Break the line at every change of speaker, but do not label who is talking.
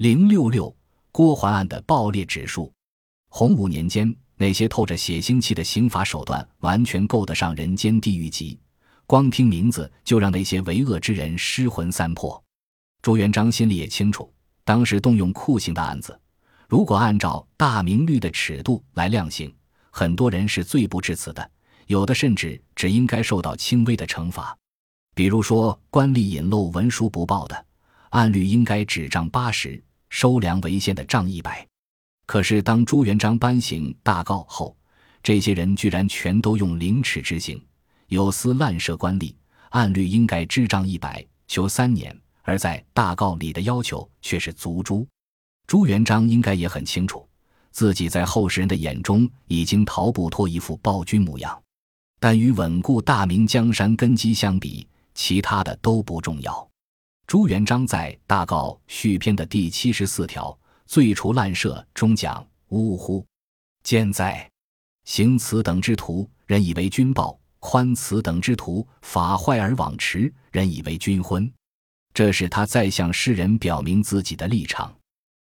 066郭桓案的暴烈指数。洪武年间，那些透着血腥气的刑罚手段完全够得上人间地狱级，光听名字就让那些为恶之人失魂散魄。朱元璋心里也清楚，当时动用酷刑的案子，如果按照大明律的尺度来量刑，很多人是罪不至死的，有的甚至只应该受到轻微的惩罚。比如说官吏隐漏文书不报的，按律应该只杖80，收粮为限的杖100。可是当朱元璋颁行大诰后，这些人居然全都用凌迟执行，有司滥赦官吏，按律应该支杖100，囚3年，而在大诰里的要求却是族诛。朱元璋应该也很清楚，自己在后世人的眼中已经逃不脱一副暴君模样，但与稳固大明江山根基相比，其他的都不重要。朱元璋在大诰续篇的第74条罪除滥赦中讲：呜呼！见在行此等之徒，人以为君暴；宽此等之徒，法坏而枉迟，人以为君昏。这是他在向世人表明自己的立场。